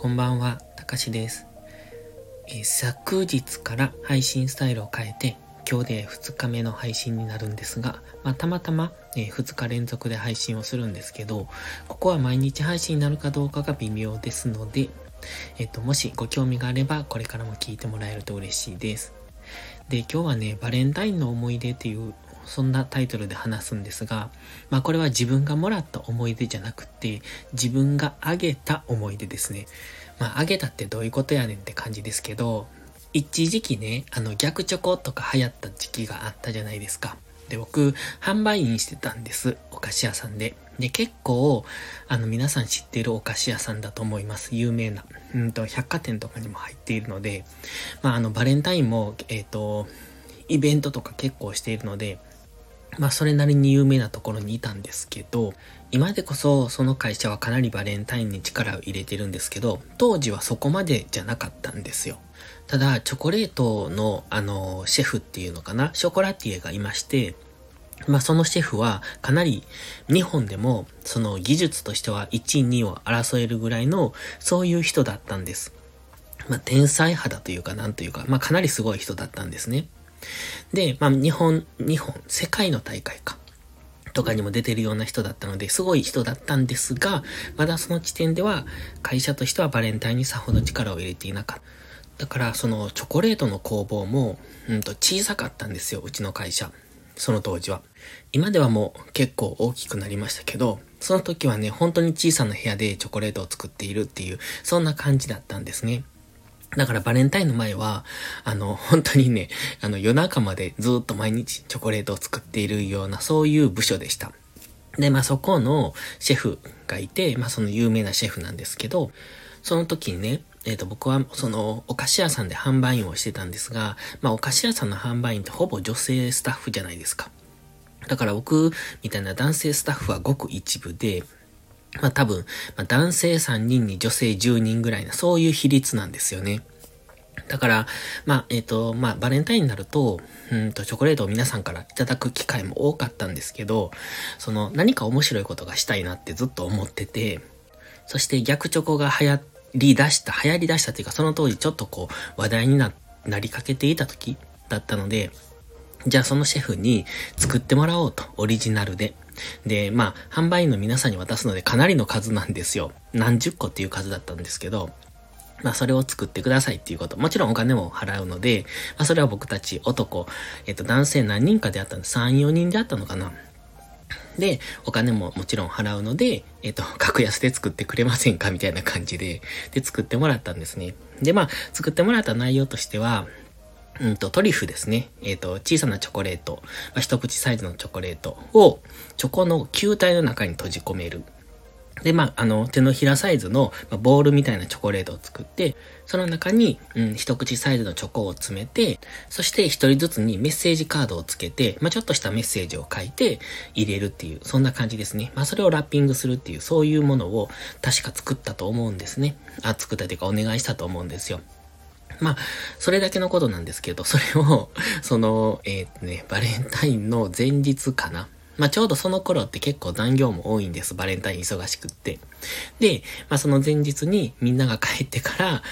こんばんは、たかしです。昨日から配信スタイルを変えて、今日で2日目の配信になるんですが、たまたま、2日連続で配信をするんですけど、ここは毎日配信になるかどうかが微妙ですので、もしご興味があれば、これからも聞いてもらえると嬉しいです。で、今日はね、バレンタインの思い出っていう、そんなタイトルで話すんですが、これは自分がもらった思い出じゃなくて、自分があげた思い出ですね。あげたってどういうことやねんって感じですけど、一時期ね、逆チョコとか流行った時期があったじゃないですか。で、僕、販売員してたんです。お菓子屋さんで。で、結構、皆さん知っているお菓子屋さんだと思います。有名な。百貨店とかにも入っているので、バレンタインも、イベントとか結構しているので、それなりに有名なところにいたんですけど、今でこそその会社はかなりバレンタインに力を入れてるんですけど、当時はそこまでじゃなかったんですよ。ただ、チョコレートのシェフっていうのかな、ショコラティエがいまして、そのシェフはかなり日本でもその技術としては1位2位を争えるぐらいのそういう人だったんです。天才肌というかなんというか、かなりすごい人だったんですね。で、世界の大会とかにも出てるような人だったので、すごい人だったんですが、まだその時点では会社としてはバレンタインにさほど力を入れていなかった。だからそのチョコレートの工房も、小さかったんですよ、うちの会社。その当時は。今ではもう結構大きくなりましたけど、その時はね、本当に小さな部屋でチョコレートを作っているっていう、そんな感じだったんですね。だからバレンタインの前は、本当にね、夜中までずっと毎日チョコレートを作っているような、そういう部署でした。で、そこのシェフがいて、その有名なシェフなんですけど、その時にね、僕はそのお菓子屋さんで販売員をしてたんですが、お菓子屋さんの販売員ってほぼ女性スタッフじゃないですか。だから僕みたいな男性スタッフはごく一部で、多分、男性3人に女性10人ぐらいな、そういう比率なんですよね。だから、バレンタインになると、チョコレートを皆さんからいただく機会も多かったんですけど、何か面白いことがしたいなってずっと思ってて、そして逆チョコが流行り出したというか、その当時ちょっと話題になりかけていた時だったので、じゃあそのシェフに作ってもらおうと、オリジナルで。で、販売員の皆さんに渡すのでかなりの数なんですよ。何十個っていう数だったんですけど、それを作ってくださいっていうこと。もちろんお金も払うので、それは僕たち男、男性何人かであったので、3、4人であったのかな。で、お金ももちろん払うので、格安で作ってくれませんかみたいな感じで作ってもらったんですね。で、作ってもらった内容としては、トリュフですね。小さなチョコレート、一口サイズのチョコレートをチョコの球体の中に閉じ込める。で、手のひらサイズのボールみたいなチョコレートを作って、その中に、一口サイズのチョコを詰めて、そして一人ずつにメッセージカードをつけて、ちょっとしたメッセージを書いて入れるっていう、そんな感じですね。それをラッピングするっていう、そういうものを確か作ったと思うんですね。作ったというかお願いしたと思うんですよ。それだけのことなんですけど、それを、バレンタインの前日かな。ちょうどその頃って結構残業も多いんです。バレンタイン忙しくって。で、その前日にみんなが帰ってから、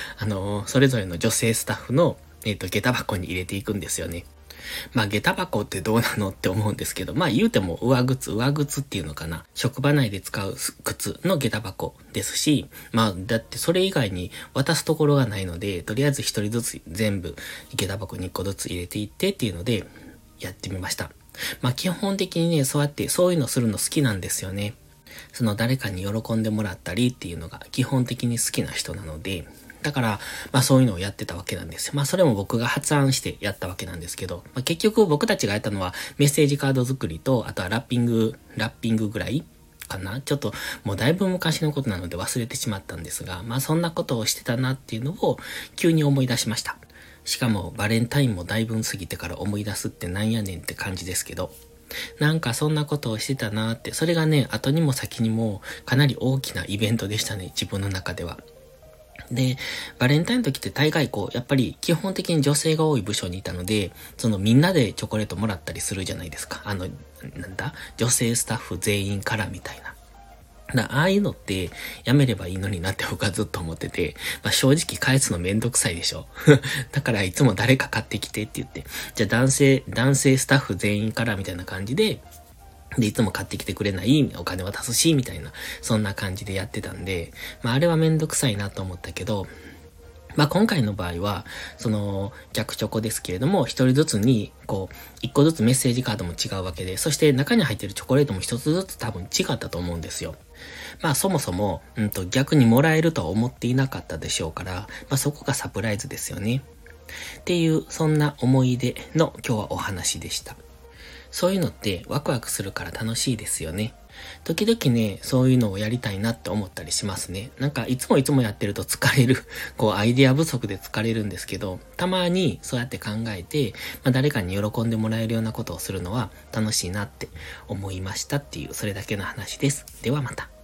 それぞれの女性スタッフの、下駄箱に入れていくんですよね。下駄箱ってどうなのって思うんですけど、言うても上靴っていうのかな。職場内で使う靴の下駄箱ですし、だってそれ以外に渡すところがないので、とりあえず一人ずつ全部下駄箱に1個ずつ入れていってっていうので、やってみました。基本的にね、そういうのするの好きなんですよね。誰かに喜んでもらったりっていうのが基本的に好きな人なので、だから、そういうのをやってたわけなんですよ。それも僕が発案してやったわけなんですけど、結局僕たちがやったのはメッセージカード作りと、あとはラッピングぐらいかな。ちょっともうだいぶ昔のことなので忘れてしまったんですが、そんなことをしてたなっていうのを急に思い出しました。しかもバレンタインもだいぶ過ぎてから思い出すってなんやねんって感じですけど、なんかそんなことをしてたなって、それがね、後にも先にもかなり大きなイベントでしたね、自分の中では。で、バレンタインの時って大概やっぱり基本的に女性が多い部署にいたので、みんなでチョコレートもらったりするじゃないですか。女性スタッフ全員からみたいな。 ああいうのってやめればいいのになって僕はずっと思ってて、正直返すのめんどくさいでしょ。だからいつも誰か買ってきてって言って、じゃあ男性スタッフ全員からみたいな感じで、いつも買ってきてくれないお金渡すし、みたいな、そんな感じでやってたんで、あれはめんどくさいなと思ったけど、今回の場合は、逆チョコですけれども、一人ずつに、一個ずつメッセージカードも違うわけで、そして中に入ってるチョコレートも一つずつ多分違ったと思うんですよ。そもそも、逆にもらえるとは思っていなかったでしょうから、そこがサプライズですよね。っていう、そんな思い出の今日はお話でした。そういうのってワクワクするから楽しいですよね。時々ね、そういうのをやりたいなって思ったりしますね。いつもやってると疲れる。アイデア不足で疲れるんですけど、たまにそうやって考えて、誰かに喜んでもらえるようなことをするのは楽しいなって思いましたっていう、それだけの話です。ではまた。